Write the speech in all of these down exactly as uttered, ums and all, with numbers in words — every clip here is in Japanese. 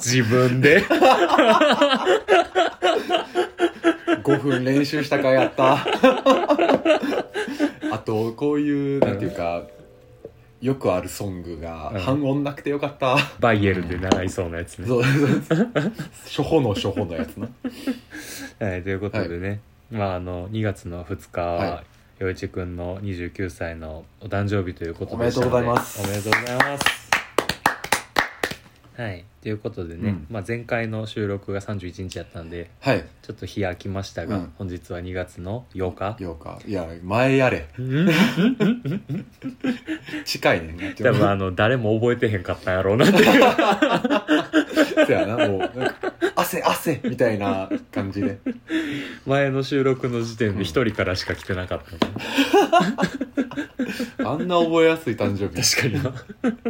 自分でごふん練習したかやったあとこういうなんていうか、うん、よくあるソングが半音なくてよかった、うん、 バイエルで習いそうなやつね、 そう初歩の初歩のやつなはい、ということでね、はい、まああのにがつのふつかは、はい、陽一くんのにじゅうきゅうさいのお誕生日ということでしたので、 おめでとうございます。 おめでとうございます。はい、ということでね、うん、まあ、前回の収録がさんじゅういちにちやったんで、はい、ちょっと日空きましたが、うん、本日はにがつのようかようか、いや前やれ近いね。 多分あの誰も覚えてへんかったんやろうなっていうそうやな、もうなんか汗汗みたいな感じで前の収録の時点でひとりからしか来てなかった、 ね、あんな覚えやすい誕生日確かにな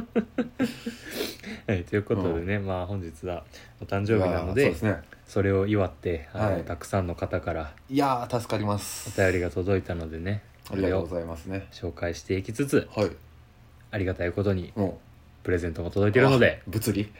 はい、ということでね、うん、まあ本日はお誕生日なので、 そうですね、それを祝ってあの、はい、たくさんの方からいやー助かります。 お便りが届いたのでね、 ありがとうございますね、 紹介していきつつ、 はい、 ありがたいことにプレゼントも届いているので、 物理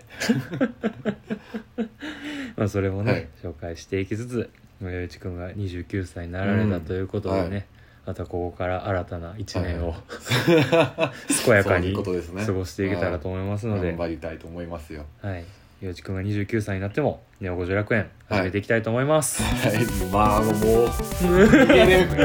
まあそれもね、 はい、 紹介していきつつ、陽一くんがにじゅうきゅうさいになられたということでね、うん、はい、またここから新たないちねんを、はい、健やかに過ごしていけたらと思いますので、 頑張りたいと思いますよ。 はい、陽一くんがにじゅうきゅうさいになってもネオ五条楽園始めていきたいと思います。 はい、はい、まあもういけねえ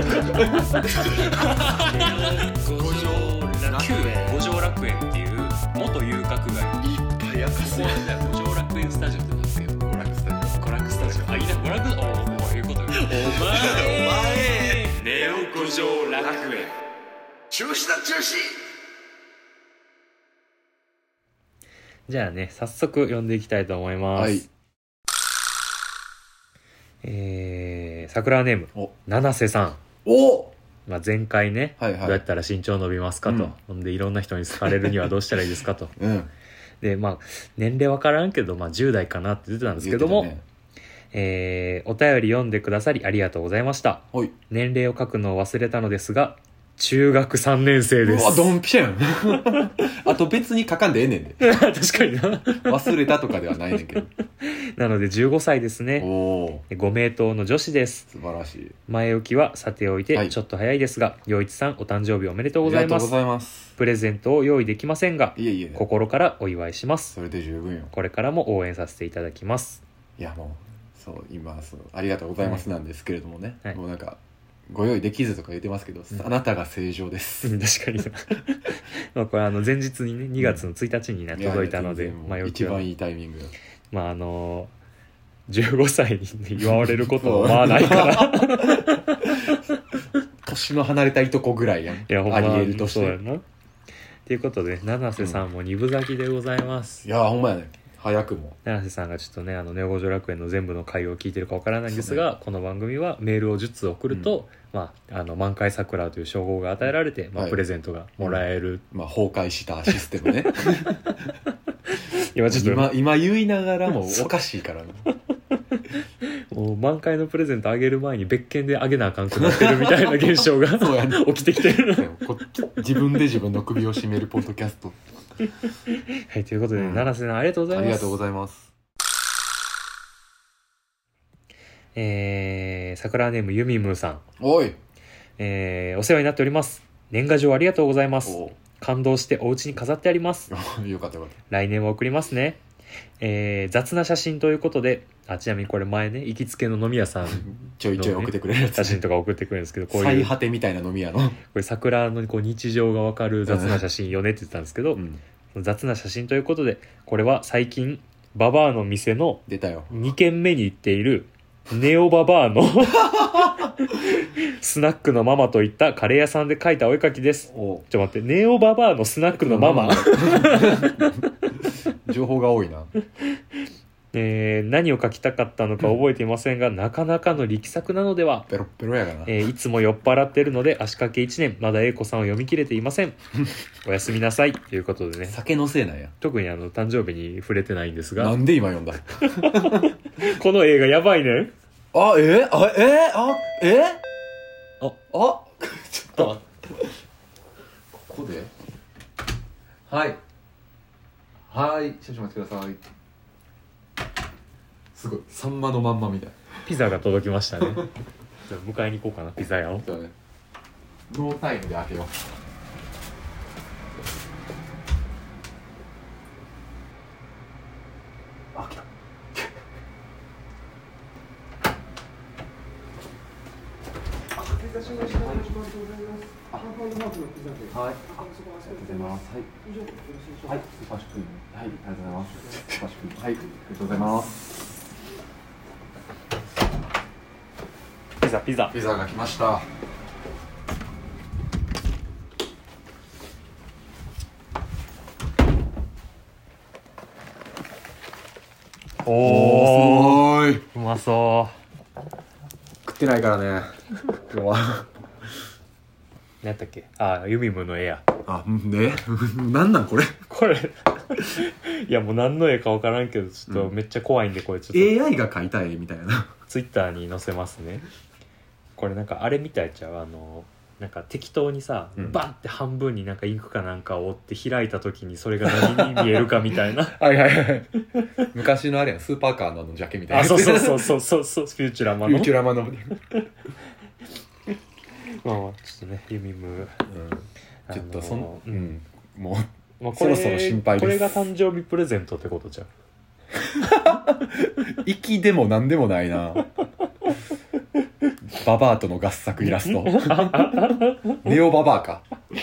五条楽園五条楽園っていう元遊郭街いっぱい明かすやん。五条楽園スタジオってなんですけど、娯楽スタジオ娯楽スタジオあ、いいな、娯楽おおこういうことよお前お前ネオ五条楽園中止だ中止。 じゃあね、早速読んでいきたいと思います。はい、えー、桜ネーム七瀬さん。 お、 まあ、前回ね、はいはい、どうやったら身長伸びますかと、うん、でいろんな人に好かれるにはどうしたらいいですかと、うん、でまあ年齢分からんけど、まあ、じゅう代かなって出てたんですけども、ね、えー、お便り読んでくださりありがとうございました。年齢を書くのを忘れたのですが中学さんねん生です。 うわドンピシャやんあと別に書かんでええねんで確かにな忘れたとかではないねんけどなのでじゅうごさいですね。おご名答の女子です。 素晴らしい。 前置きはさておいてちょっと早いですが、はい、陽一さんお誕生日おめでとうございます。 ありがとうございます。 プレゼントを用意できませんがいえいえ心からお祝いします。 それで十分よ。 これからも応援させていただきます。 いやもうそう今そうありがとうございますなんですけれどもね、はい、もうなんかご用意できずとか言ってますけど、うん、あなたが正常です。 確かにまあこれあの前日にねにがつのついたちにね、うん、届いたので、 まあ、一番いいタイミング。 まああのじゅうごさいに祝われることはまあないから年の離れたいとこぐらいやん。いやほんまありえるとして。そうやな。 ということで七瀬さんも二分咲きでございます、 うん、いやほんまやね。早くも七瀬さんがちょっとねあのネオ五条楽園の全部の回を聞いてるかわからないんですが、ね、この番組はメールをじゅっつ送ると、うん、まあ、あの満開桜という称号が与えられて、まあ、プレゼントがもらえる、 うん、まあ、崩壊したシステムね今ちょっと今, 今言いながらもおかしいからなもう満開のプレゼントあげる前に別件であげなあかんくなってるみたいな現象がそうや、ね、起きてきてる自分で自分の首を絞めるポッドキャストはい、ということで、うん、七瀬さんありがとうございます。 ありがとうございます。 えー、桜ネームゆみむーさん。 おい、 えー、お世話になっております。年賀状ありがとうございます。感動してお家に飾ってあります。 よかったよかった。 来年は送りますね。えー、雑な写真ということで、あ、ちなみにこれ前ね行きつけの飲み屋さん、ね、 ちょいちょい送ってくれるやつ、 写真とか送ってくれるんですけど、こういう最果てみたいな飲み屋のこれ桜のこう日常がわかる雑な写真よねって言ってたんですけど、うんうん、雑な写真ということで、これは最近ババアの店のに軒目に行っているネオババアのスナックのママといったカレー屋さんで描いたお絵描きです。ちょっと待って、ネオババアのスナックのママ情報が多いな。 えー、何を描きたかったのか覚えていませんが、うん、なかなかの力作なのでは。 ペロペロやがな、 えー、いつも酔っ払ってるので足掛けいちねんまだ英子さんを読み切れていませんおやすみなさいということでね、 酒のせいなんや。 特にあの誕生日に触れてないんですが、 なんで今読んだこの映画やばいね。 あえー、あえー、あえー、 ああちょっと待ってここではいはい少々お待ちください。 すごいサンマのまんまみたいな。 ピザが届きましたね。じゃあ迎えに行こうかな、ピザ屋を。 そうね、ノータイムで開けよう。あ、来た。 お待たせいたしました。ありがとうございます。ハンバーグハーフのピザで。 はい。 あ、そこありがとうございます。はい。 以上でよろしいでしょうか。 はい。スーパーシュプリーム。はい。ありがとうございます。スーパーシュプリーム。はい。ありがとうございます。 ピザピザピザが来ました。 おお、 おーすごい。 うまそう。 食ってないからね今日は。 何やったっけ、あ、ユミムの絵や。 あ、ねなんなんこれ。 これいやもう何の絵か分からんけどちょっとめっちゃ怖いんで、これちょっとエーアイ が描いた絵みたいな。 ツイッターに載せますね。これなんかあれみたいちゃう、あのなんか適当にさ、うん、バンって半分になんかインクかなんかを折って開いた時にそれが何に見えるかみたいな。 はいはいはい。昔のあれやん、スーパーカーのジャケみたいな。 あ、そうそうそうそうそうそう、フューチュラマの。 フューチュラマの。 まあまあちょっとね、ユミム、うん、 ちょっとその、うん、もう、 まあ、 そろそろ心配です。 これが誕生日プレゼントってことじゃん。 粋でもなんでもないな。ババアとの合作イラスト。ネオババアか。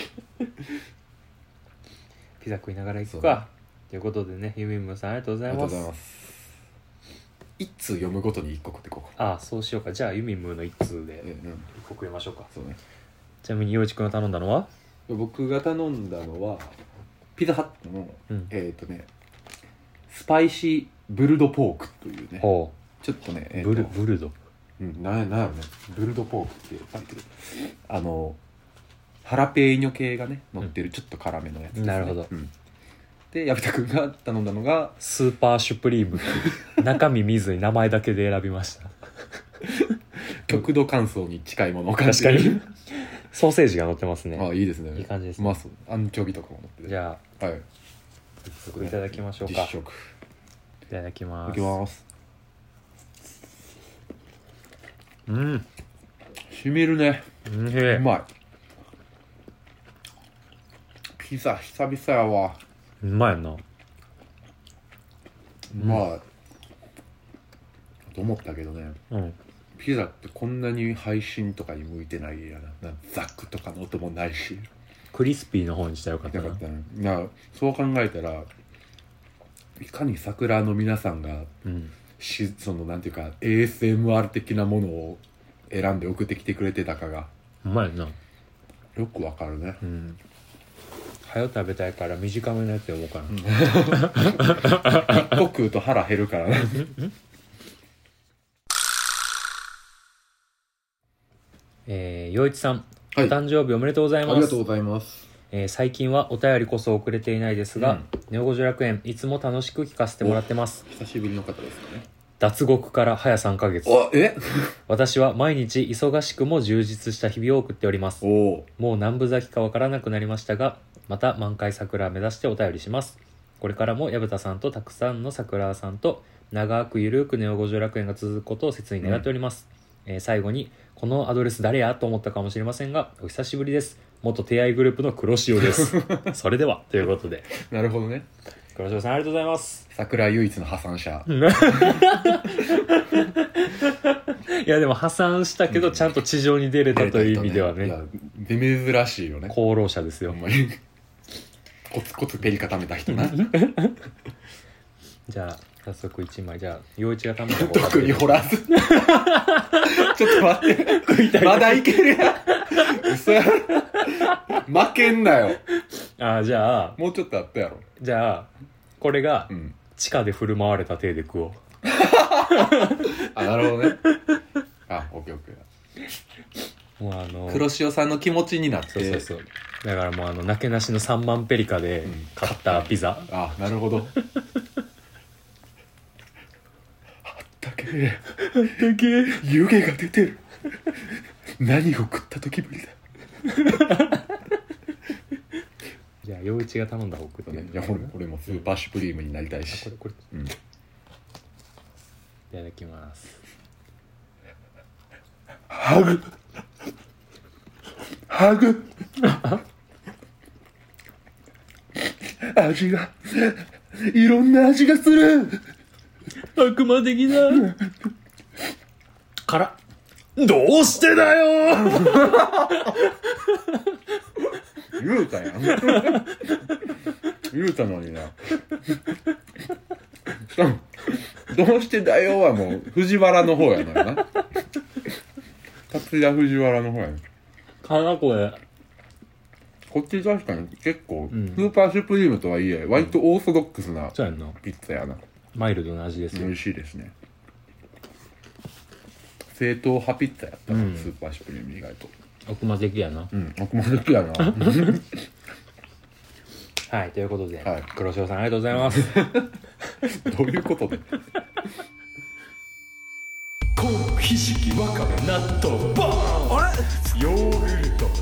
ピザ食いながら行くか。ということでね、ユミムさんありがとうございます。ありがとうございます。 一通読むごとに一個食ってこうか。ああ、そうしようか。じゃあユミムの一通で一個食いましょうか。 そうね。 ちなみに陽一くんが頼んだのは？ 僕が頼んだのはピザハットの、うん、えっ、ー、とねスパイシーブルドポークというね、ほうちょっとね、えー、とブルブルドうんなんやなんやろね、ブルドポークって書いてる、あのハラペーニョ系がね乗ってるちょっと辛めのやつですね、 なるほど、 うん、で矢部田くんが頼んだのがスーパーシュプリーム中身見ずに名前だけで選びました。 極度乾燥に近いものを感じる。 確かにソーセージが乗ってますね。 あ、いいですね。 いい感じですね。 まあそう、アンチョビとかも乗ってて。 じゃあ、はい。いただきましょうか。 実食。 いただきます。 いただきます。 うん。 しみるね。 うん、うまい。ピザ久々やわ。 うまいな。うまい。と思ったけどね。うん。ピザってこんなに配信とかに向いてないやな。なザクとかの音もないし。 クリスピーの方にしたらよかったな。 よかったね。なそう考えたらいかに桜の皆さんが、うん、しそのなんていうか エーエスエムアール 的なものを選んで送ってきてくれてたかがうまいな。 よくわかるね。うん。 早食べたいから短めのやつ読もうかな。 一個食うと腹減るからね。 えー、陽一さん、はい、お誕生日おめでとうございます。 ありがとうございます。 えー、最近はお便りこそ送れていないですが、うん、ネオ五十楽園いつも楽しく聞かせてもらってます。 久しぶりの方ですかね。 脱獄から早さんかげつ。 え私は毎日忙しくも充実した日々を送っております。もう何分咲きかわからなくなりましたが、また満開桜を目指してお便りします。これからも矢蓋さんとたくさんの桜さんと長くゆるくネオ五十楽園が続くことを切に願っております。うん、えー、最後にこのアドレス誰やと思ったかもしれませんが、お久しぶりです。元手合いグループの黒潮です。それではということで。 なるほどね。 黒潮さんありがとうございます。 桜唯一の破産者。 いやでも破産したけどちゃんと地上に出れたという意味ではね。 ね、珍しいよね。 功労者ですよ。 コツコツペリカ貯めた人な。 じゃあ早速いちまい、じゃあ陽一が貯めた方が特に掘らず。ちょっと待って。食いたい。まだいけるやん。嘘や。負けんなよ。 あ、じゃあもうちょっとあったやろ。 じゃあこれが地下で振る舞われた体で食おう。 あ、なるほどね。あ、オッケーオッケー。もうあの黒潮さんの気持ちになって。 そうそうそう。だからもうあのなけなしのさんまんペリカで買ったピザ。 うん、あ、なるほど。だけだけ湯気が出てる。何を食った時ぶりだ。 じゃあ陽一が頼んだ方食って、 ね、いや俺俺もスーパーシュプリームになりたいし、 あ、これこれ、うん、いただきます。 ハグハグ味がいろんな味がする。 悪魔的だ辛っ。どうしてだよ言うたやん言うたのにな。しかもどうしてだよはもう藤原の方やのよな。達也藤原の方やね。 辛これ。 こっち確かに結構、うん、スーパーシュプリームとはいえ割とオーソドックスなピッツァやな。 マイルドな味ですよ。 美味しいですね。正統派ピッツァやったな、うん、スーパーシュプリーム意外と悪魔的やな。 うん悪魔的やなはいということで、はい、黒潮さんありがとうございますどういうことでコーンひじきわかめ納豆バーンあれヨーグルト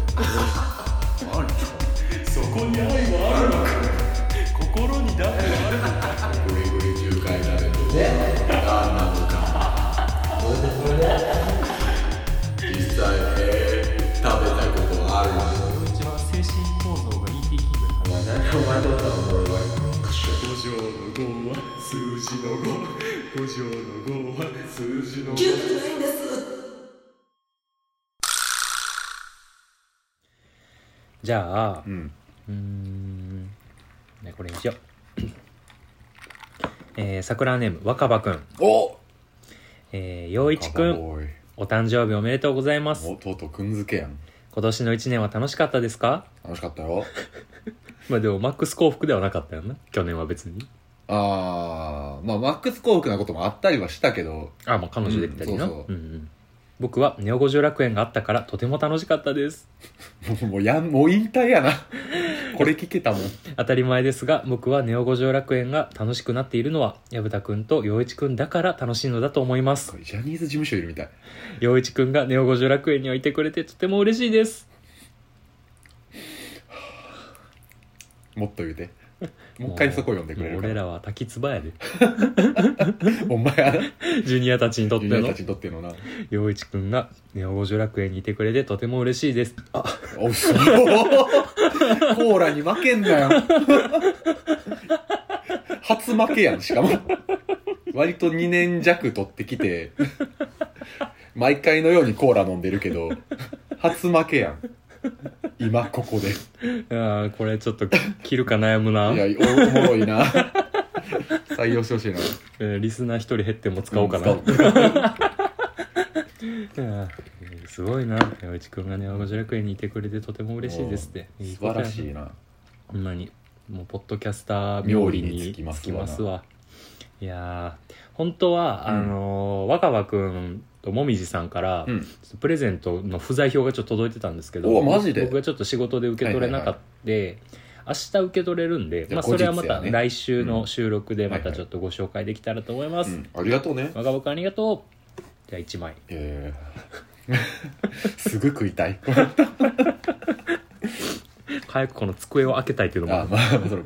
そこに愛はあるのか心にだってあるのかグリグリじゅうかい鍋とね何なのかこれでこれで実際、えー、食べたことあるの一番精神構造がいいって聞いてるから何お前どうだろう俺は五条のごは数字のご五条のごは数字のごキュッとないんです。じゃあ、うん、うーんねこれにしようえー、桜ネーム若葉くん。 おえー、陽一くんお誕生日おめでとうございます。 おとうとうくんづけやん。 今年のいちねんは楽しかったですか？ 楽しかったよまあでもマックス幸福ではなかったよな去年は別に。 あーまあマックス幸福なこともあったりはしたけどあまあ彼女できたりな、うん、そうそう、うんうん、僕はネオ五条楽園があったからとても楽しかったですもうやんもう引退やなこれ聞けたもん当たり前ですが僕はネオ五条楽園が楽しくなっているのは矢蓋くんと陽一くんだから楽しいのだと思います。 ジャニーズ事務所いるみたい。 陽一くんがネオ五条楽園にはいてくれてとても嬉しいです。 もっと言うてもう一回そこ読んでくれるから。 俺らは滝つばやでお前やなジュニアたちにとってのジュニアたちにとってのな陽一くんがネオ五条楽園にいてくれてとても嬉しいです。あおそうコーラに負けんなよ初負けやん。しかも割とにねん弱取ってきて毎回のようにコーラ飲んでるけど初負けやん今ここで。 あこれちょっと切るか悩むな。 いや お, おもろいな採用してほしいな、 えー、リスナー一人減っても使おうかな、うん、すごいな。陽一くんがね五条楽園にいてくれてとても嬉しいですって。 素晴らしいな。 ほんまにもうポッドキャスター冥利につきますわ。いや本当は、うん、あの若葉くんともみじさんから、うん、プレゼントの不在票がちょっと届いてたんですけど、 おマジで僕がちょっと仕事で受け取れなかった、はいはいはい、明日受け取れるんで、まあ、それはまた来週の収録でまたちょっとご紹介できたらと思います、 うんはいはいうん、ありがとうね若葉くんありがとう。じゃあいちまい、 えー、すぐ食いたい早くこの机を開けたいっていうのもああまあそれも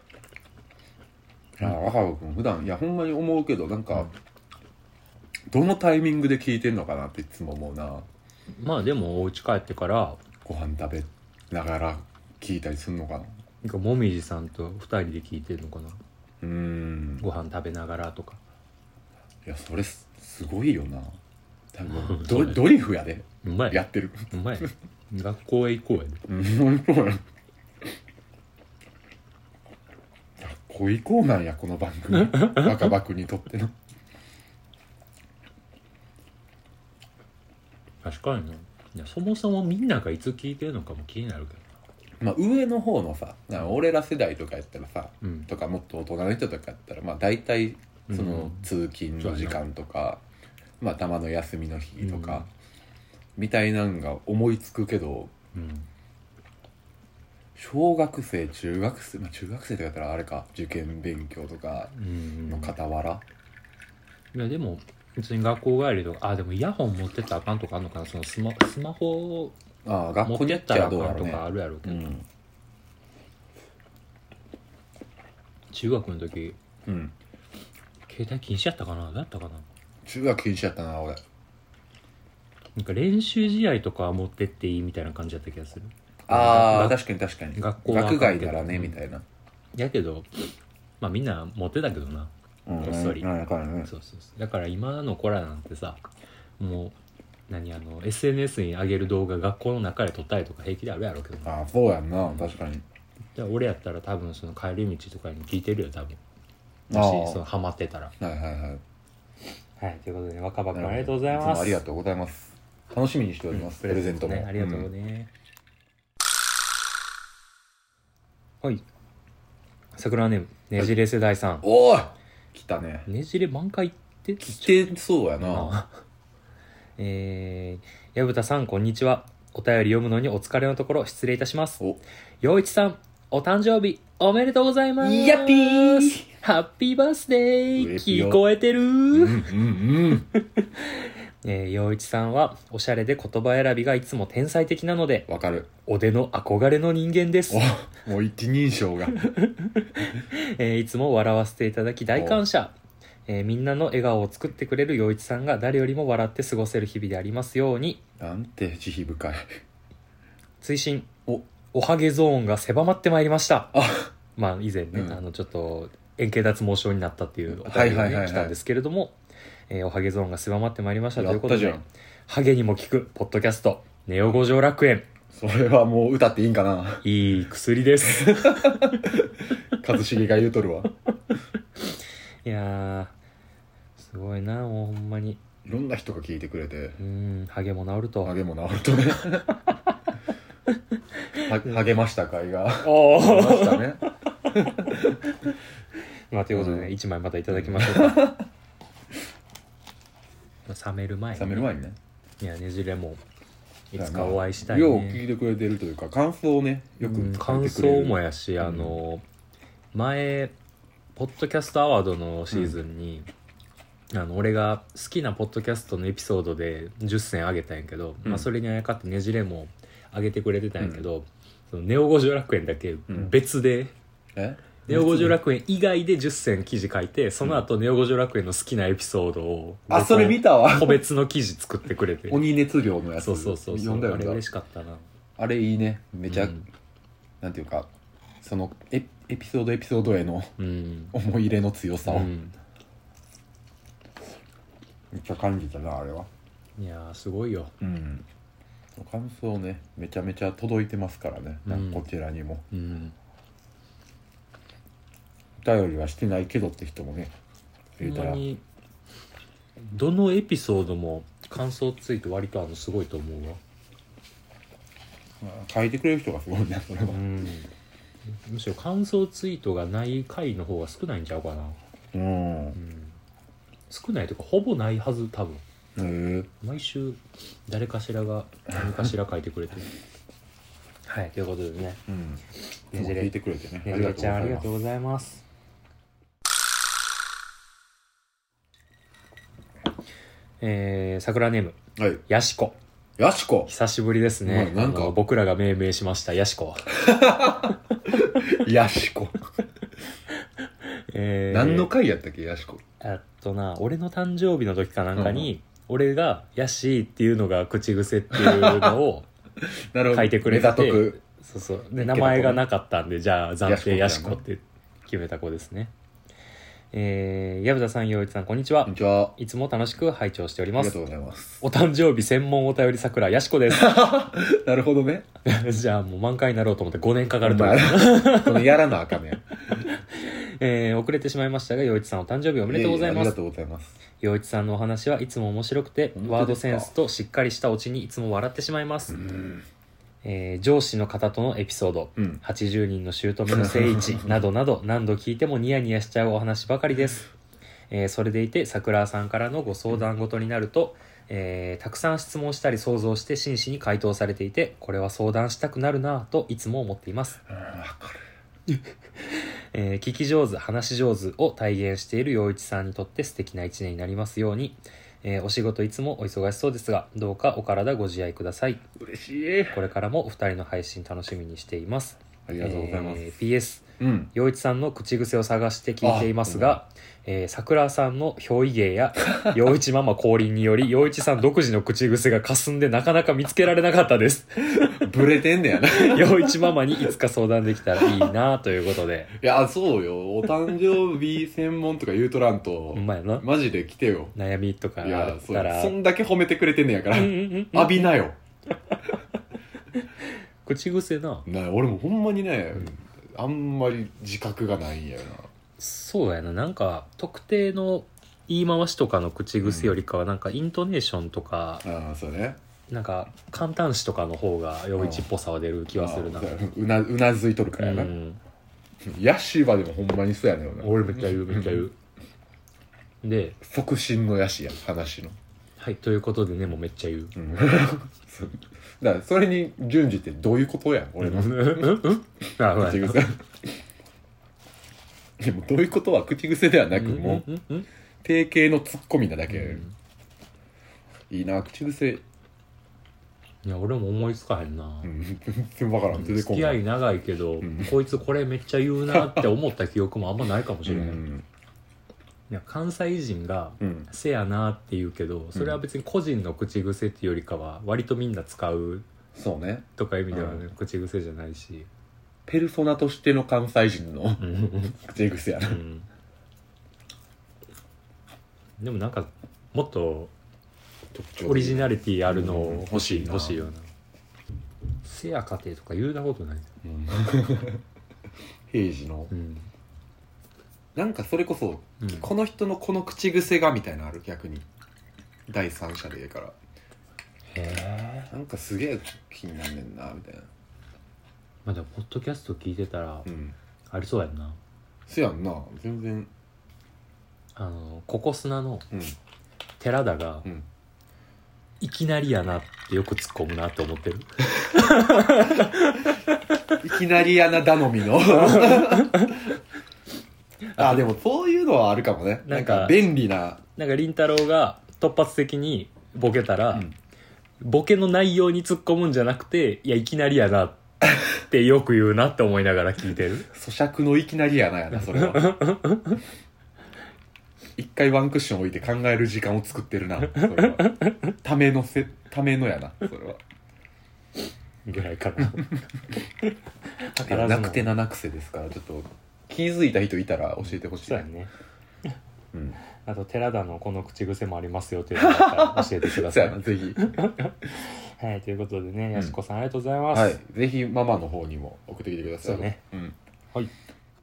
あ若葉くん普段いやほんまに思うけどなんか、うんどのタイミングで聞いてんのかなっていつも思うな。 まあでもお家帰ってからご飯食べながら聞いたりすんのかな。 なんかもみじさんとふたりで聞いてんのかな。 うーんご飯食べながらとか。 いやそれ す, すごいよな。多分 ド, ドリフやでうまいやってるうまい学校へ行こうやでうんそうや学校行こうなんやこの番組若葉くんにとっての確かにね。いやそもそもみんながいつ聞いてるのかも気になるけどまあ上の方のさ俺ら世代とかやったらさ、うん、とかもっと大人の人とかやったらまあ大体その通勤の時間とか、うん、まあたまの休みの日とか、うん、みたいなんが思いつくけど、うん、小学生中学生まあ中学生とかやったらあれか受験勉強とかの傍ら、 うん、いやでも別に学校帰りとかあでもイヤホン持ってったらあかんとかあんのかな。そのスマ、スマホをあ学校持ってったらあかんとかあるやろうけど、うん、中学の時、うん、携帯禁止やったかな。どうやったかな。 中学禁止やったな俺。 なんか練習試合とかは持ってっていいみたいな感じだった気がする。 ああ確かに確かに。 学校学外ならねみたいな。 やけどまあみんな持ってたけどな、こっそり。そうそうそう。だから今の子らなんてさ、もう何あの エスエヌエス に上げる動画学校の中で撮ったりとか平気であるやろうけどな。 ああそうやんな、確かに。 じゃあ俺やったら多分その帰り道とかに聞いてるよ多分。もしそのハマってたら。 はいはいはい。 はい、ということで、ね、若葉くんありがとうございます。 ありがとうございます。楽しみにしております、うん、プレゼントも、ね、 ありがとうね、うん、はい。桜ネームねじれ世代さん。 おお来たね。 ねじれ満開って来てそうやな。 えー、矢蓋さんこんにちは。お便り読むのにお疲れのところ失礼いたします。陽一さんお誕生日おめでとうございます。 やっぴーハッピーバースデー。聞こえてる。うんうんうんえー、陽一さんはおしゃれで言葉選びがいつも天才的なので、 わかる。 おでの憧れの人間です。 おもう一人称が、 えー、いつも笑わせていただき大感謝。えー、みんなの笑顔を作ってくれる陽一さんが誰よりも笑って過ごせる日々でありますように。 なんて慈悲深い。 追伸おおはげゾーンが狭まってまいりました。 あまあ以前ね、うん、あのちょっと円形脱毛症になったっていうお便りが、ね、 はいはいはいはい、 来たんですけれども、えー、おはげゾーンが狭まってまいりましたということで、ハゲにも効くポッドキャストネオ五条楽園。 それはもう歌っていいんかな。 いい薬です一茂が言うとるわ。 いやーすごいな、もうほんまにいろんな人が聞いてくれて、 うん、ハゲも治ると。 ハゲも治るとねは励ました会がおありましたねまあということでね、いちまいまたいただきましょうか冷める前に、 ね、冷める前にね。 いやねじれもいつかお会いしたいね。 よう聞いてくれてるというか感想をねよく書いてくれる、うん、 感想もやし、あの、うん、前ポッドキャストアワードのシーズンに、うん、あの俺が好きなポッドキャストのエピソードでじゅっせんあげたんやけど、うんまあ、それにあやかってねじれもあげてくれてたんやけど、うん、そのネオ五条楽園だけ別で、うん、 えネオ五条楽園以外でじゅっせん記事書いて、その後ネオ五条楽園の好きなエピソードを、 うん、あそれ見たわ。 個別の記事作ってくれて鬼熱量のやつ。 そうそうそうそう、 読んだよ。 あれ嬉しかったな。 あれいいね、めちゃ、うん、なんていうかその エ, エピソードエピソードへの、うん、思い入れの強さを、うん、めっちゃ感じたなあれは。 いやすごいよ。 うん感想ねめちゃめちゃ届いてますからね、うん、こちらにも、うん、頼りはしてないけどって人もねほんまにどのエピソードも感想ついて割とあのすごいと思うわ。 書いてくれる人がすごいねそれは、うん、 むしろ感想ツイートがない回の方が少ないんちゃうかな、うんうん、少ないというかほぼないはず多分。へ毎週誰かしらが何かしら書いてくれてるはいということでね、うん、 ねじれ聞いてくれてねねじれちゃんありがとうございます。えー、桜ネーム、はい、やしこ。 やしこ久しぶりですね、なんか僕らが命名しましたやしこやしこえー、何の回やったっけやしこ。 あとな俺の誕生日の時かなんかに、うん、俺がヤシーっていうのが口癖っていうのを書いてくれててそうそうで名前がなかったんでじゃあ暫定ヤシコって決めた子ですね。えー、矢蓋さん陽一さんこんにちは。 こんにちは。 いつも楽しく拝聴しております。 ありがとうございます。 お誕生日専門お便り桜ヤシコですなるほどねじゃあもう満開になろうと思ってごねんかかると思うこのやらなあかんねんえー、遅れてしまいましたが陽一さんお誕生日おめでとうございます。 ありがとうございます。 陽一さんのお話はいつも面白くてワードセンスとしっかりしたオチにいつも笑ってしまいます。うん、えー、上司の方とのエピソード、うん、はちじゅうにんの姑の聖一などなど何度聞いてもニヤニヤしちゃうお話ばかりです。えー、それでいて桜さんからのご相談事になると、えー、たくさん質問したり想像して真摯に回答されていてこれは相談したくなるなぁといつも思っています。 うん、わかるえー、聞き上手話し上手を体現している陽一さんにとって素敵な一年になりますように。えー、お仕事いつもお忙しそうですがどうかお体ご自愛ください。 嬉しい。 これからもお二人の配信楽しみにしています。 ありがとうございます、 えー、ピーエス、 うん、 陽一さんの口癖を探して聞いていますが、えー、桜さんの憑依芸や陽一ママ降臨により陽一さん独自の口癖が霞んでなかなか見つけられなかったですブレてんねやな陽一ママにいつか相談できたらいいなということで。 いやそうよ、お誕生日専門とか言うとらんとほんまやな、 マジで来てよ、 悩みとかあったら。 そんだけ褒めてくれてんねやから、うんうんうん、浴びなよ口癖なな。俺もほんまにね、うん、あんまり自覚がないんやよな。 そうやな、なんか特定の言い回しとかの口癖よりかはなんかイントネーションとか、 うん、ああそうね、 なんか簡単詞とかの方が陽一っぽさは出る気はするな。 うな、うなずいとるからやな、うん、ヤシバでもほんまにそうやねんな。 俺めっちゃ言うめっちゃ言うで促進のヤシや話の。 はいということでねもうめっちゃ言う、うん、 だからそれに準じてどういうことやん俺の口癖でもどういうことは口癖ではなく、もう定型のツッコミなだけ、うん、いいな口癖。 いや俺も思いつかへんな、 うん、全然分からん、出てこん。 付き合い長いけど、うん、こいつこれめっちゃ言うなって思った記憶もあんまないかもしれない、うん、いや関西人が「せやな」って言うけど、それは別に個人の口癖っていうよりかは割とみんな使うそうねとか意味ではね、うん、口癖じゃないし、 ペルソナとしての関西人の口癖やな、うん、 でもなんかもっとオリジナリティあるの欲しい、うん、欲しいような。せやかてとか言うたことない、うん、 平時の、うん、なんかそれこそ、うん、この人のこの口癖がみたいなのある、逆に第三者でいいから、 へえ、 なんかすげえ気になんねんなみたいな。 まあでもポッドキャスト聞いてたら、うん、ありそうやんな。 せやんな、全然。 あのココスナの寺田が、うん、いきなりやなってよく突っ込むなって思ってるいきなりやな頼みのあ、でもそういうのはあるかもね。なんか便利な、 なんか凛太郎が突発的にボケたら、うん、ボケの内容に突っ込むんじゃなくて、いやいきなりやなってよく言うなって思いながら聞いてる。 咀嚼のいきなりやなやなそれは一回ワンクッション置いて考える時間を作ってるなそれはためのせためのやなそれはぐらいかななくてなな癖ですから、ちょっと気づいた人いたら教えてほしい。 そうやね、うん、あと寺田のこの口癖もありますよというのが教えてください。 そうやな、ぜひはい、ということでね、やしこさんありがとうございます、 はい、ぜひママの方にも送ってきてください。 そうね、うん、はい。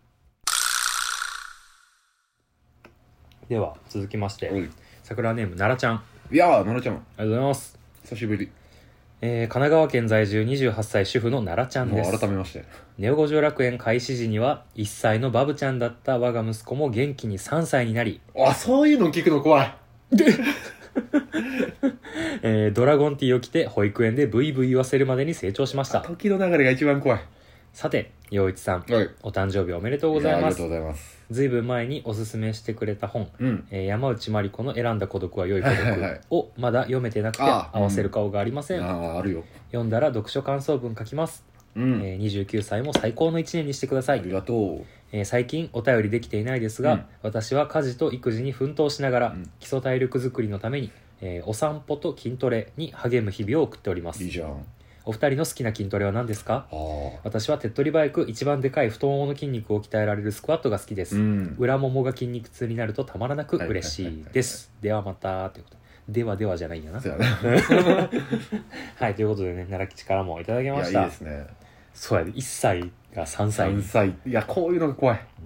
では続きまして、うん、桜ネーム奈良ちゃん。 いやー奈良ちゃんありがとうございます。 久しぶり。 えー、神奈川県在住にじゅうはっさい主婦の奈良ちゃんです。 もう改めまして、 ネオ五条楽園開始時にはいっさいのバブちゃんだった我が息子も元気にさんさいになり、 あ、そういうの聞くの怖いえー、ドラゴンティーを着て保育園でブイブイ言わせるまでに成長しました。 時の流れが一番怖い。 さて陽一さん、はい、お誕生日おめでとうございます。 いや、ありがとうございます。 ずいぶん前におすすめしてくれた本、うん、えー、山内まりこの選んだ孤独は良い孤独をまだ読めてなくて合わせる顔がありません。 あ、あるよ。 読んだら読書感想文書きます、うん、えー、にじゅうきゅうさいも最高のいちねんにしてください。 ありがとう。 えー、最近お便りできていないですが、うん、私は家事と育児に奮闘しながら、うん、基礎体力づくりのために、えー、お散歩と筋トレに励む日々を送っております。 いいじゃん。 お二人の好きな筋トレは何ですか？私は手っ取り早く一番でかい太ももの筋肉を鍛えられるスクワットが好きです、うん、裏ももが筋肉痛になるとたまらなく嬉しいです。ではまたということで、ではではじゃないんやなはい、ということでね、奈良吉からもいただきました。 いや、いいですね。 そうやで、いっさいがさんさいさんさい、いや、こういうのが怖い。 うん、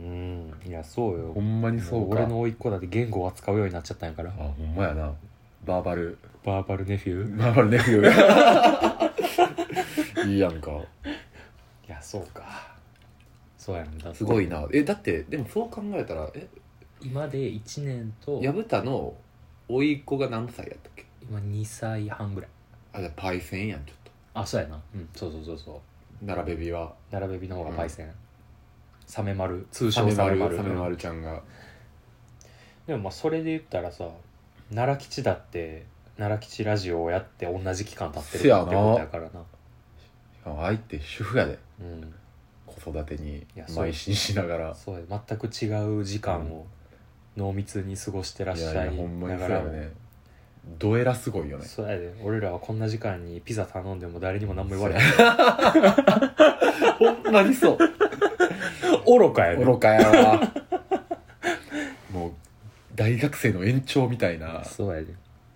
いや、そうよ、 ほんまにそうか。 俺の甥っ子だって言語を扱うようになっちゃったんやから。あ、 ほんまやな。バーバルバーバルネフューバーバルネフューいいやんか。 いや、そうか、そうやんだ。 すごいな。え、だってでもそう考えたら、え、 今でいちねんと、 薮田の甥っ子が何歳やったっけ？ 今にさいはんぐらい。 あ、じゃあパイセンやん、ちょっと。 あ、そうやな、うん、そうそうそうそう。 奈良ベビは奈良ベビの方がパイセン、うん、サメ丸、通称サメ丸、 サメ丸ちゃんが。 でもまあそれで言ったらさ、奈良吉だって奈良吉ラジオをやって同じ期間経ってるってことやからな。 相手主婦やで、 うん、 子育てに邁進しながら、 そうや全く違う時間を濃密に過ごしてらっしゃいながら、いやいやほんまにそうやね、 ドエラすごいよね。 そうやで、俺らはこんな時間にピザ頼んでも誰にも何も言われないほんまにそう愚かやで、 愚かやわもう大学生の延長みたいな。 そうやで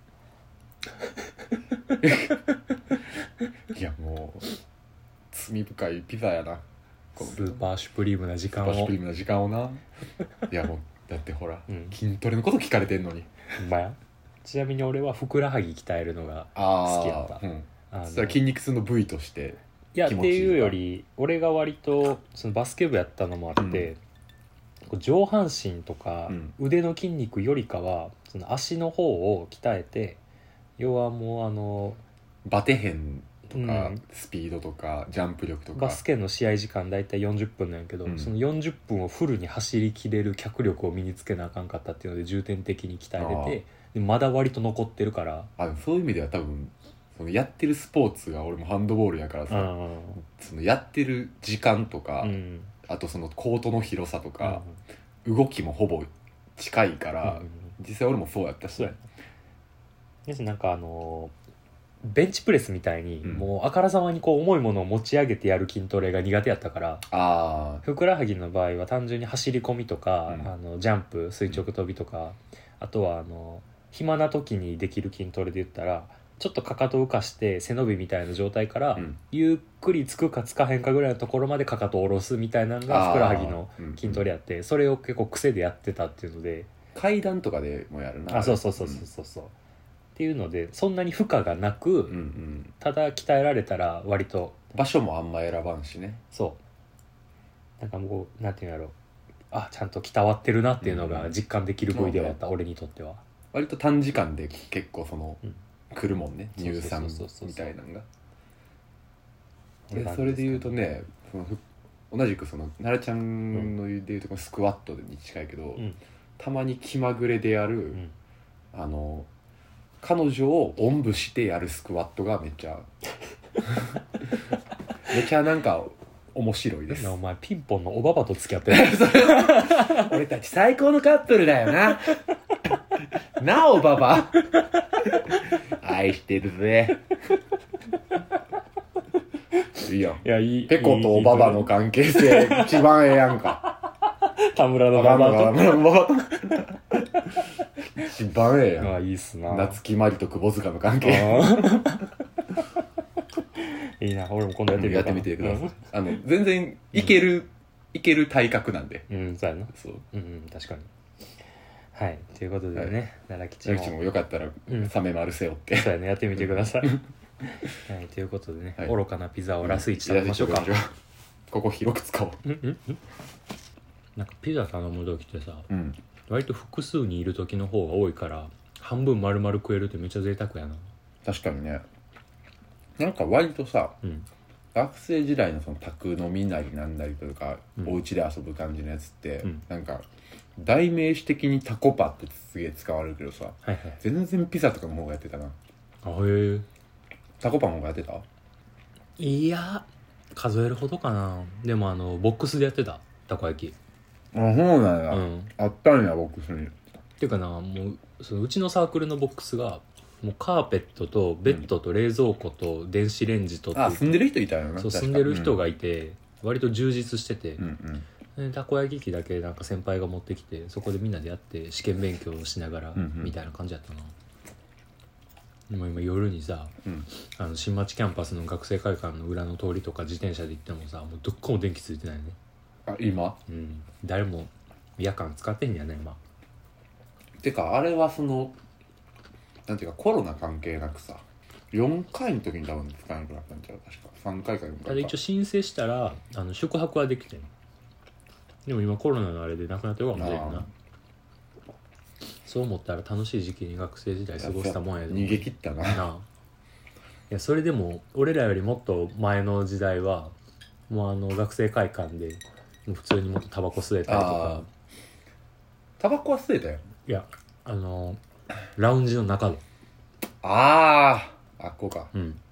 いやもう罪深いピザやな、 スーパーシュプリームな時間をスーパーシュプリームな時間をないやもうだってほら、 うん、 筋トレのこと聞かれてんのに。 ほんまや。ちなみに俺はふくらはぎ鍛えるのが好きやった。 あ、うん、あそれは筋肉痛の部位としていやっていうより、俺が割とそのバスケ部やったのもあって、うん、上半身とか腕の筋肉よりかはその足の方を鍛えて、要はもうあのバテへんとか、うん、スピードとかジャンプ力とか。 バスケの試合時間だいたいよんじゅっぷんなんやけど、うん、そのよんじゅっぷんをフルに走りきれる脚力を身につけなあかんかったっていうので重点的に鍛えれて、でまだ割と残ってるから。 あ、そういう意味では多分そのやってるスポーツが俺もハンドボールやからさ、うん、そのやってる時間とか、うん、あとそのコートの広さとか、うん、動きもほぼ近いから、うん、実際俺もそうやったし、そうやでなんかあのベンチプレスみたいに、うん、もうあからさまにこう重いものを持ち上げてやる筋トレが苦手やったから、あふくらはぎの場合は単純に走り込みとか、うん、あのジャンプ垂直跳びとか、うん、あとはあの暇な時にできる筋トレで言ったらちょっとかかと浮かして背伸びみたいな状態から、うん、ゆっくりつくかつかへんかぐらいのところまでかかとを下ろすみたいなのがふくらはぎの筋トレやって、うん、それを結構癖でやってたっていうので、 階段とかでもやるなあ、そうそうそうそうそうそう、うん、っていうのでそんなに負荷がなく、うんうん、ただ鍛えられたら割と場所もあんま選ばんしね。 そうなんかもうなんていうんやろう、あちゃんと鍛わってるなっていうのが実感できる部位ではあった、うん、俺にとっては割と短時間で結構その、うん、来るもんね、乳酸みたいなのが。でそれで言うとね、その同じくその奈良ちゃんのでいうとこのスクワットに近いけど、うん、たまに気まぐれでやる、うん、あの彼女をおんぶしてやるスクワットがめっちゃめっちゃなんか面白いです。 お前ピンポンのおばばと付き合ってる俺たち最高のカップルだよななおばば愛してるぜいいやん。いやいいペコとおばばの関係性一番ええやんか田村のばばと一番ええやん。 あいいっすな。 夏木マリと窪塚の関係いいな、俺も今度やってみようかな。 やってみてください、うん、あの全然いける、うん、いける体格なんで。 うんそうやな。そう、うんうん、確かに。はいということでね、はい、奈良吉も奈良吉もよかったら、うん、サメ丸背負ってそうやね、やってみてくださいはいということでね、はい、愚かなピザをラスイチ食べましょうか、うん、 ここ広く使おううんうんうん。なんかピザ頼む時ってさ、うん、割と複数にいる時の方が多いから半分丸々食えるってめっちゃ贅沢やな。 確かにね。なんか割とさ、うん、学生時代のその宅飲みなりなんなりとか、うん、お家で遊ぶ感じのやつって、うん、なんか代名詞的にタコパってすげえ使われるけどさ、はいはい、全然ピザとかの方がやってたな。あへえ。タコパの方がやってた？ いや数えるほどかな。でもあのボックスでやってたたこ焼き。 あそうなんや、うん、あったんやボックスに。 っていうかな、もうそのうちのサークルのボックスがもうカーペットとベッドと冷蔵庫と電子レンジとって、 うん、あ住んでる人いたよな。 そう住んでる人がいて、うん、割と充実してて、うんうん、でたこ焼き器だけなんか先輩が持ってきてそこでみんなでやって試験勉強をしながら、うんうん、みたいな感じやったな。でも今夜にさ、うん、あの新町キャンパスの学生会館の裏の通りとか自転車で行ってもさ、もうどっこも電気ついてないね。 あ今、 うん、誰も夜間使ってんじゃない今。 てかあれはそのなんていうかコロナ関係なくさよんかいの時に多分使えなくなったんちゃう確かさんかいかよんかいか。 ただ一応申請したらあの宿泊はできてん。でも今コロナのあれでなくなってるかもしれんな。そう思ったら楽しい時期に学生時代過ごしたもんやで。 逃げ切ったな。なあいやそれでも俺らよりもっと前の時代はもうあの学生会館でもう普通にもっとタバコ吸えたりとか。 タバコは吸えたよ。 いやあのラウンジの中で。 あああっこうか。 うん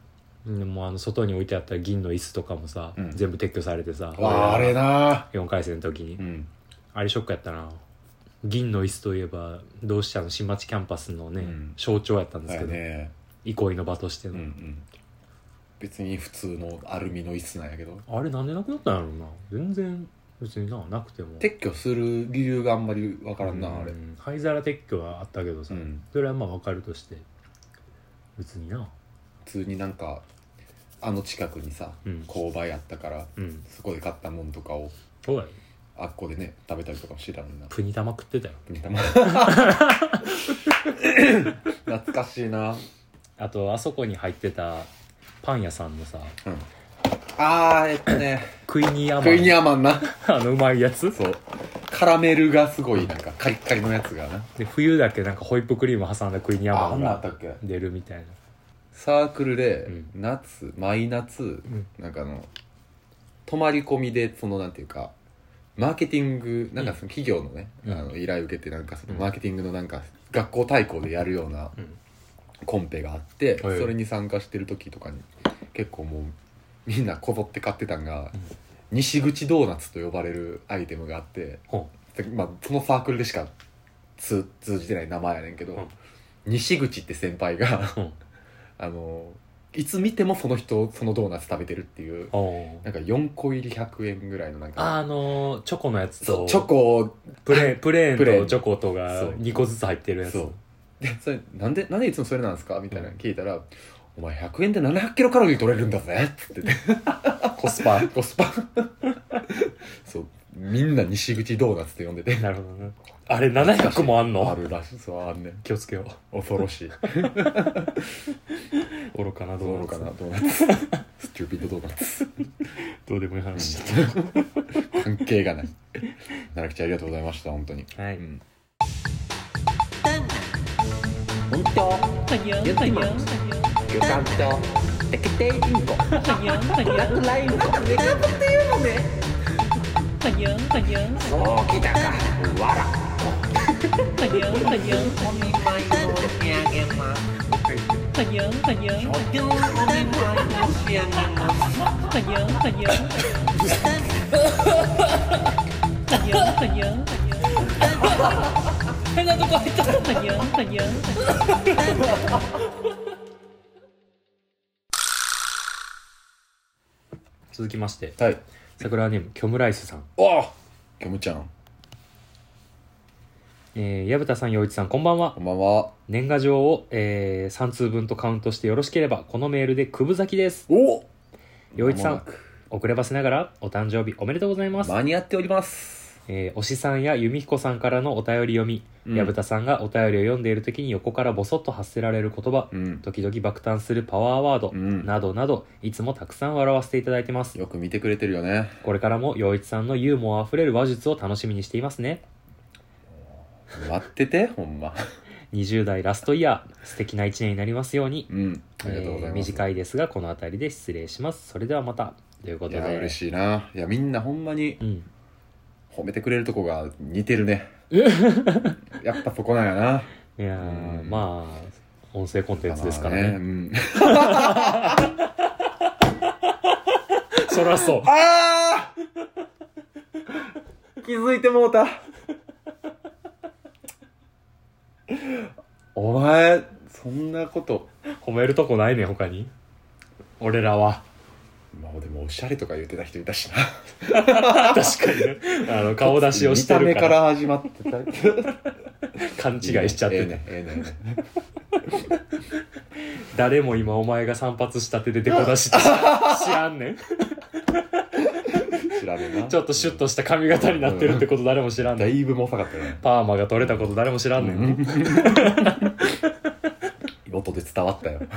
でもあの外に置いてあった銀の椅子とかもさ、うん、全部撤去されてさ、 ああれなよんかい生の時に、うん、あれショックやったな。銀の椅子といえば同志社の新町キャンパスのね、うん、象徴やったんですけど、ね、憩いの場としての、うんうん、 別に普通のアルミの椅子なんやけど、 あれなんでなくなったんやろうな。全然別にななくても撤去する理由があんまり分からんな、うん、あれ灰皿撤去はあったけどさ、うん、それはまあ分かるとして別にな普通になんかあの近くにさ、うん、購買あったから、うん、そこで買ったもんとかをそうだよあっこでね食べたりとかもしてたのにな。 プニ玉食ってたよ。 プニ玉懐かしいな。 あとあそこに入ってたパン屋さんのさ、うん、 あーえっとねクイニーアマンクイニーアマンなあのうまいやつ。 そうカラメルがすごいなんかカリッカリのやつがな。 で冬だけなんかホイップクリーム挟んだクイニーアマンが出るみたいな。 サークルで夏、うん、毎夏、うん、なんかあの泊まり込みでそのなんていうかマーケティングなんかその企業のね、うん、あの依頼受けてなんかそのマーケティングのなんか学校対抗でやるようなコンペがあって、うん、それに参加してる時とかに結構もうみんなこぞって買ってたんが、うん、西口ドーナツと呼ばれるアイテムがあって、うんまあ、そのサークルでしか通じてない名前やねんけど、うん、西口って先輩が、うん、あのいつ見てもその人そのドーナツ食べてるっていうなんかよんこ入りひゃくえんぐらいのなんかあ, あのチョコのやつとチョコプレーンプレーンとチョコとがにこずつ入ってるやつ。 そうでそれなんでなんでいつもそれなんですかみたいな聞いたら、うん、お前ひゃくえんでななひゃくキロカロリー取れるんだぜって言ってコスパコスパそうみんな西口ドーナツって呼んでて。 なるほどね。あれななひゃくもあんの？ あるらしい。そうあんねん。 気をつけよう。恐ろしい。 愚かなドーナツ。 愚かなドーナツ。スチューピッドドーナツ。 どうでもいい話しちゃった。 関係がない。奈良吉ありがとうございました本当に。 はい。うん、 本当。やってます。よかった。テケテイインコ。ラクラインコ。ネカブっていうのね。そうきたか。わら。お見舞い申し上げます。所長お見舞い申し上げます。 変なとこ入った。続きまして、 はい、 桜ネームキョムライスさん。 おあ、キョムちゃん。 えー、矢蓋さん、陽一さん、こんばんは。 こんばんは。 年賀状を、えー、さん通分とカウントしてよろしければこのメールでくぶ咲きです。 お陽一さん、遅ればせながらお誕生日おめでとうございます。 間に合っております。 えー、推しさんや弓彦さんからのお便り読み、矢蓋、うん、さんがお便りを読んでいる時に横からボソッと発せられる言葉、うん、時々爆誕するパワーワード、うん、などなどいつもたくさん笑わせていただいてます。 よく見てくれてるよね。 これからも陽一さんのユーモアあふれる話術を楽しみにしていますね。 待っててほんま。 にじゅう代ラストイヤー、素敵ないちねんになりますように。 うん、ありがとうございます。えー、 短いですがこの辺りで失礼します。それではまたということで。 いや嬉しいな。いやみんなほんまに、うん褒めてくれるとこが似てるね。やっぱそこなんやな。 いやー、うん、まあ音声コンテンツですからね。まあね、うん、そらそう。 あー気づいてもうた。お前そんなこと褒めるとこないね他に。俺らは。 まあでもおしゃれとか言ってた人いたしな。 確かにね。あの顔出しをしてるから。見た目から始まってた。 勘違いしちゃってね。 ええね、ええね。 誰も今お前が散髪したてでデコ出しって知らんねん。 知らねえな。 ちょっとシュッとした髪型になってるってこと誰も知らんねん。 だいぶもさかったね。 パーマが取れたこと誰も知らんねん。うん、 音で伝わったよ。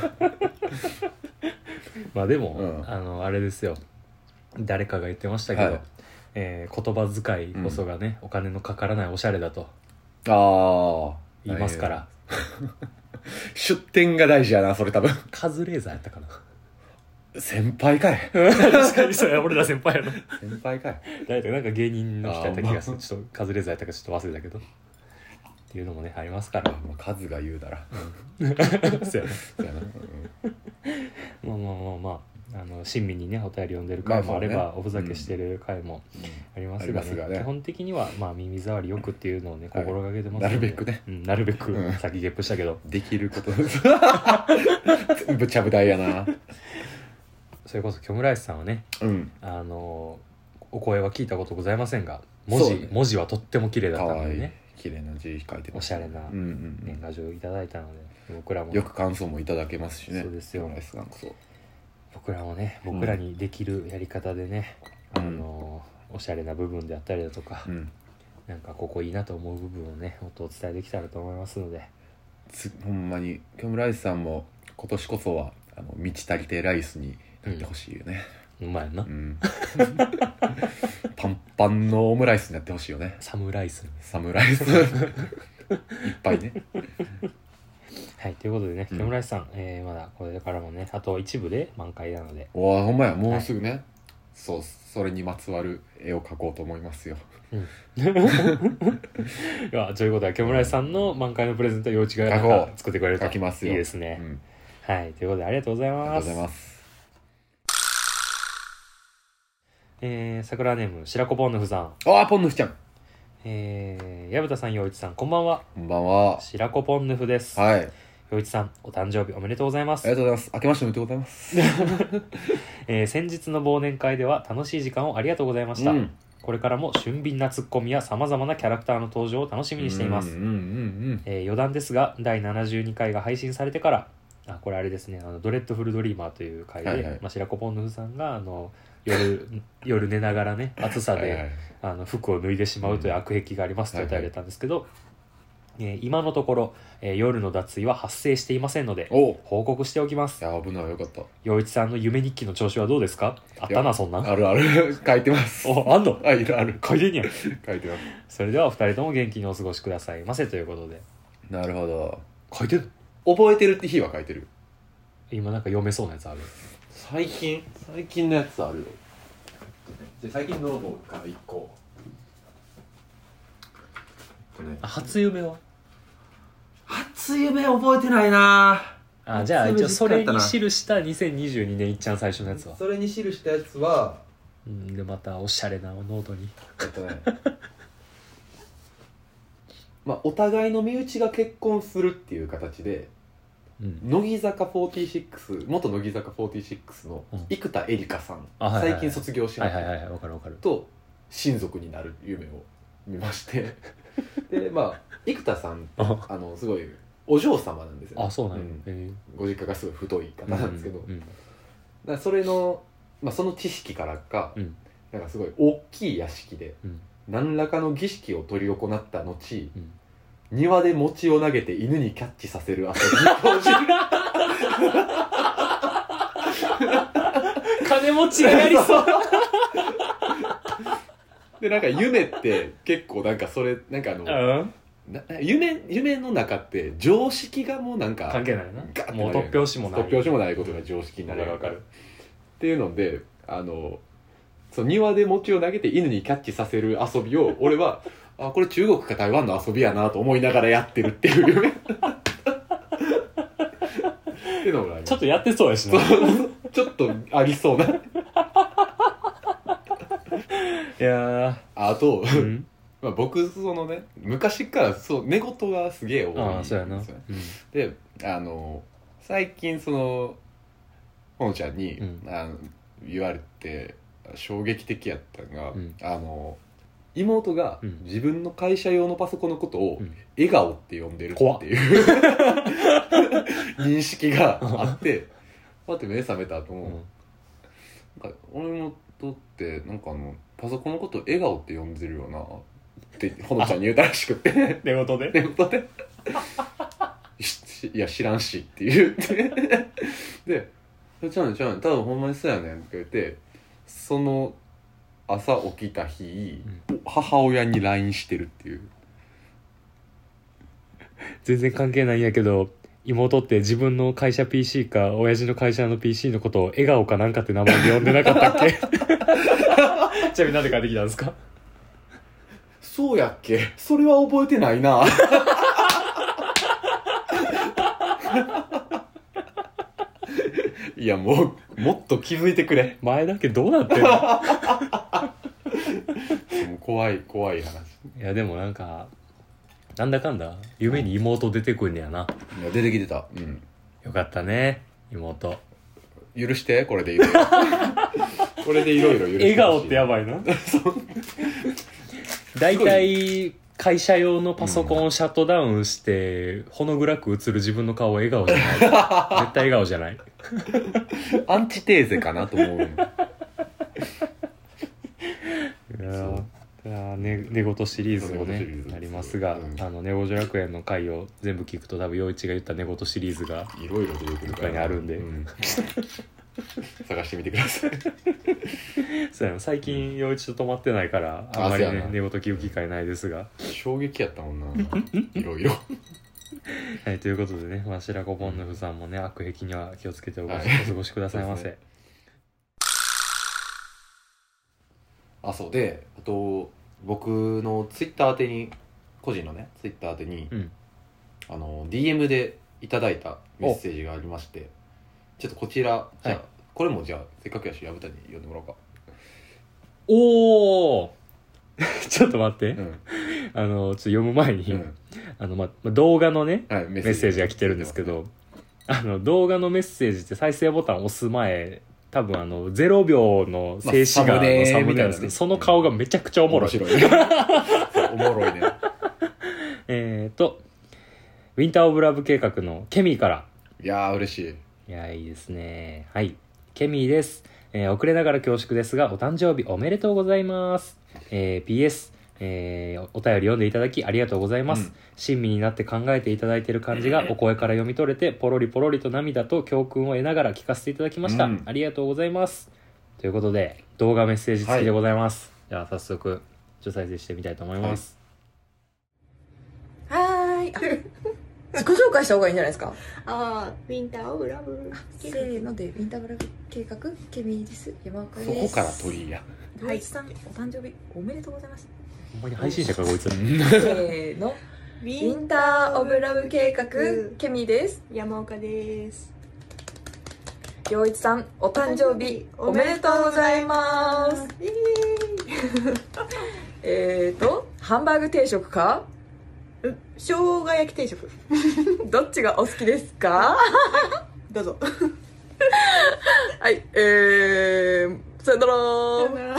まあでも、うん、あのあれですよ。誰かが言ってましたけど、はいえー、言葉遣いこそがね、うん、お金のかからないおしゃれだとあ言いますから。 出店が大事やなそれ多分。 カズレーザーやったかな。 先輩かい。 確かにそうや俺ら先輩やな。 先輩かい。 誰かなんか芸人の人やった気がする。ちょっとカズレーザーやったかちょっと忘れたけど。っていうのもねありますから。 もう数が言うたら。 そうやな。そうやな。 うんまあまあまあまああの親身にねお便り読んでる回もあれば、まあね、おふざけしてる回もありますが ね,、うん、がね基本的には、まあ、耳障りよくっていうのをね心がけてますので、 なるべくね、 うん、なるべく、うん、先ゲップしたけどできること全部ちゃぶ台やな。 それこそキョムライスさんはね、 うん、 あのお声は聞いたことございませんが文字、ね、文字はとっても綺麗だったのでね、 綺麗な字書いてます、 おしゃれな年賀状いただいたので、うんうん、僕らもよく感想もいただけますしね。 そうですよ、 キョムライスさんこそ僕らもね僕らにできるやり方でね、うん、あのおしゃれな部分であったりだとか、うん、なんかここいいなと思う部分をねもっとお伝えできたらと思いますので、 ほんまにキョムライスさんも今年こそはあの満ち足りてライスになってほしいよね。 うまいな、うん、 パンパンのオムライスになってほしいよね。 サムライスサムライスいっぱいね。 はい、ということでね、キョムライスさん、えー、まだこれからもねあと一部で満開なので、 おわほんまやもうすぐね、はい、そうそれにまつわる絵を描こうと思いますよ、うん、いやということはキョムライスさんの満開のプレゼントを幼稚がなんか作ってくれると描きますよ。 いいですね、うん、はいということでありがとうございます。 ありがとうございます。 えー、桜ネーム白子ポンヌフさん。 ああポンヌフちゃん。 えー、矢蓋さん陽一さんこんばんは。 こんばんは。 白子ポンヌフです。 はい。 陽一さんお誕生日おめでとうございます。 ありがとうございます。明けましておめでとうございます、 えー、先日の忘年会では楽しい時間をありがとうございました、うん、これからも俊敏なツッコミやさまざまなキャラクターの登場を楽しみにしています。余談ですがだいななじゅうにかいが配信されてからあこれあれですねあのドレッドフルドリーマーという回で、はいはいまあ、白子ポンヌフさんがあの 夜, 夜寝ながらね暑さではい、はい、あの服を脱いでしまうという悪癖がありますと答えられたんですけど、はいはいえー、今のところ、えー、夜の脱衣は発生していませんので報告しておきます。 いや危ないよかった。 陽一さんの夢日記の調子はどうですか。あったなそんなあるある書いてます。 おあんのあいるある書いてんや書いてます。 それではお二人とも元気にお過ごしくださいませということで。 なるほど。 書いてる覚えてるって日は書いてる。 今なんか読めそうなやつある。 最近最近のやつあるよ。じゃ最近の方からいっこ、 ね、初夢は初夢覚えてないなあ。じゃあ一応それに記したにせんにじゅうにねんいっちゃん最初のやつはそれに記したやつはうんでまたおしゃれなノートにえっとねまあお互いの身内が結婚するっていう形で、うん、乃木坂フォーティーシックス元乃木坂フォーティーシックスの生田絵梨花さん、うん、最近卒業しましたと親族になる夢を見ましてでまあ生田さんあのすごいお嬢様なんですよね。 あそうなん、 うんえー、ご実家がすごい太い方なんですけど、うんうんうん、だからそれの、まあ、その知識からか、うん、なんかすごい大きい屋敷で、うん、何らかの儀式を執り行った後、うん庭で餅を投げて犬にキャッチさせる遊びに投じる金持ちがやりそうでなんか夢って結構なんかそれなんかあの、うんな夢, 夢の中って常識がもうなんか関係ないなもう突拍子もない突拍子もないことが常識になる、うん、かるっていうのであのその庭で餅を投げて犬にキャッチさせる遊びを俺はあこれ中国か台湾の遊びやなと思いながらやってるっていう夢っていうのがちょっとやってそうやしなちょっとありそうないやあと、うんまあ、僕そのね昔からそう寝言がすげえ多いんですよ。ああそうやな、うん、であの最近そのほのちゃんに、うん、あの言われて衝撃的やったのが、うん、あの妹が自分の会社用のパソコンのことを笑顔って呼んでるっていう、うん、認識があってパッて目覚めた後も、うん、なんか俺もとってなんかあのパソコンのことを笑顔って呼んでるよなってほのちゃんに言うたらしくて寝言で寝言でいや知らんしって言ってでちゃうねんちゃうねん多分ほんまにそうやねんって言ってその朝起きた日、うん、母親に ライン してるっていう全然関係ないんやけど妹って自分の会社 ピーシー か親父の会社の ピーシー のことを笑顔かなんかって名前で呼んでなかったっけちなみになんで帰ってきたんですか。 そうやっけそれは覚えてないないいやもうもっと気づいてくれ。 前だけどうなってんのもう怖い怖い話。 いやでもなんかなんだかんだ夢に妹出てくんねやな。 いや出てきてた。うん。 よかったね妹。 許してこれでいろいろこれでいろいろ許して。 笑顔ってやばいな。だいたい会社用のパソコンをシャットダウンして、うん、ほの暗く映る自分の顔は笑顔じゃない。絶対笑顔じゃない。 アンチテーゼかなと思う。いや寝言シリーズもねありますが、うん、あの寝坊女楽園の回を全部聞くと多分陽一が言った寝言シリーズがいろいろ出てくるから、 ね、あるんで、うん、 探してみてください。 そうやな最近陽一と止まってないからあんまりね寝言聞く機会ないですが衝撃やったもんないろいろ。 はいということでね、まあ、白子ボンヌフさんもね悪癖には気をつけてお過ごしくださいませ。はいあそうであと僕のツイッター宛てに個人のねツイッター宛てに、うん、あの ディーエム でいただいたメッセージがありまして、ちょっとこちらじゃあ、はい、これもじゃあせっかくやし矢蓋に読んでもらおうか。 おおちょっと待って、うん、あのちょっと読む前に、うん、あのま動画のね、はい、メッセージが来てるんですけど、あの動画のメッセージって再生ボタンを押す前多分あのゼロびょうの静止画のサムネなんですけど、その顔がめちゃくちゃおもろい。面白いね。おもろいね。えっとウィンターオブラブ計画のケミーから。 いやー嬉しい。 いやーいいですね。はいケミーです、えー、遅れながら恐縮ですがお誕生日おめでとうございます、えー、ピーエスえー、お便り読んでいただきありがとうございます、うん、親身になって考えていただいている感じがお声から読み取れてポロリポロリと涙と教訓を得ながら聞かせていただきました、うん、ありがとうございますということで動画メッセージ付きでございます、はい、では早速再生してみたいと思います。 はい、はい自己紹介した方がいいんじゃないですか。 ああ、ウィンターオブラブせーのでウィンターオブラブ計画ケミーです。山岡です。 そこから取りや。 はい、さんお誕生日おめでとうございます。 ほんまに配信者かこいつ。せーのウィンターオブラブ計画ケミーです。 山岡です。 陽一さんお誕生日おめでとうございます。えーとハンバーグ定食か。 生姜焼き定食どっちがお好きですか。 どうぞ。 はいえーさよなら。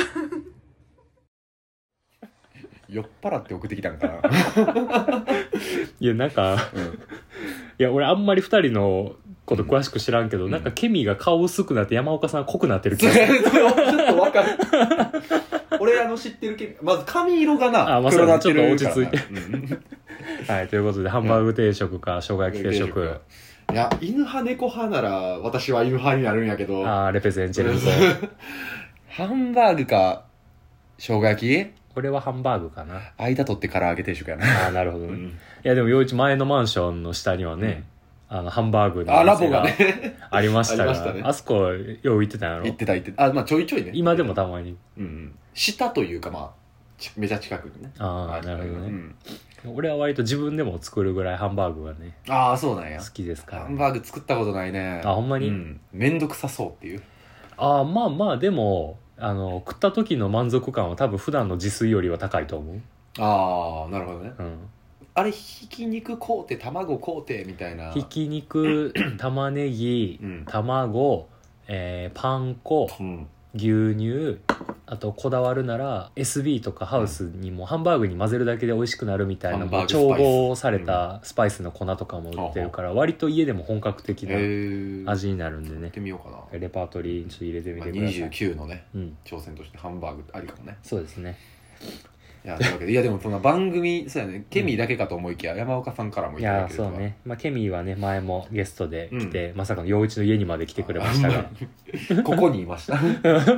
酔っ払って送ってきたんかな。 いやなんか、うん、いや俺あんまりふたりのこと詳しく知らんけど、うん、なんかケミが顔薄くなって山岡さん濃くなってる気がする。ちょっと分かる。 俺あの知ってるケミまず髪色がなあ、まあ、黒なってるからちょっと落ち着いて、うん、はいということでハンバーグ定食か、うん、生姜焼き定食。 いや犬派猫派なら私は犬派になるんやけど、 あーレペゼンチェルズハンバーグか生姜焼き。 俺はハンバーグかな。 間取って唐揚げ定食やな。 あーなるほどね、うん、いやでも陽一前のマンションの下にはね、うん、あのハンバーグのあラボがねありましたが あ, ね、あそこよう行ってたんやろ。 行ってた行ってた。あまあちょいちょいね今でもたまに、 うん、下というかまあめちゃ近くにね。 ああなるほどね、うん、俺は割と自分でも作るぐらいハンバーグがねああそうなんや好きですから、ね、 ハンバーグ作ったことないね。 あほんまに、 うん、めんどくさそうっていう。 ああまあまあでもあの食った時の満足感は多分普段の自炊よりは高いと思う。 ああなるほどね、 うん、 あれひき肉工程卵工程みたいな。 ひき肉玉ねぎ、うん、卵、えー、パン粉、うん、牛乳あとこだわるなら エスビー とかハウスにもハンバーグに混ぜるだけで美味しくなるみたいな、もう調合されたスパイスの粉とかも売ってるから、割と家でも本格的な味になるんでね。 やってみようかな。 レパートリーにちょっと入れてみてください。 にじゅうきゅうのね、うん、挑戦としてハンバーグありかもね。 そうですね。 いやというわけでいやでもそんな番組そうやねケミーだけかと思いきや、うん、山岡さんからもいただけるとは。いやそうね、まあ、ケミーはね前もゲストで来て、うん、まさかの陽一の家にまで来てくれましたがここにいましたい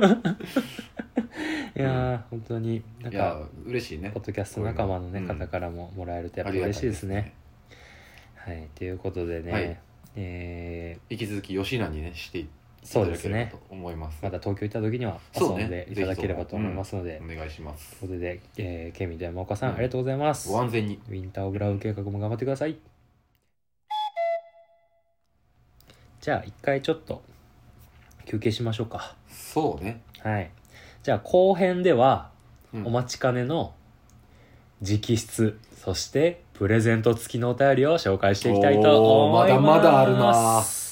やー、うん、本当になんかいや嬉しいね。 ポッドキャスト仲間の、ね、方からももらえるとやっぱり嬉しいですね。はいということでね、はい、えー、引き続き吉名にねしていってそうですね。 と思います。 また東京行った時には遊んでいただければと思いますので、 うん、お願いします。 ということで、えー、ケミと山岡さん、うん、ありがとうございます。 ご安全に。 ウィンターオブラブ計画も頑張ってください。じゃあ一回ちょっと休憩しましょうか。 そうね。 はい。じゃあ後編では、 うん、 お待ちかねの直筆、そしてプレゼント付きのお便りを紹介していきたいと思います。 おー、まだまだあるな。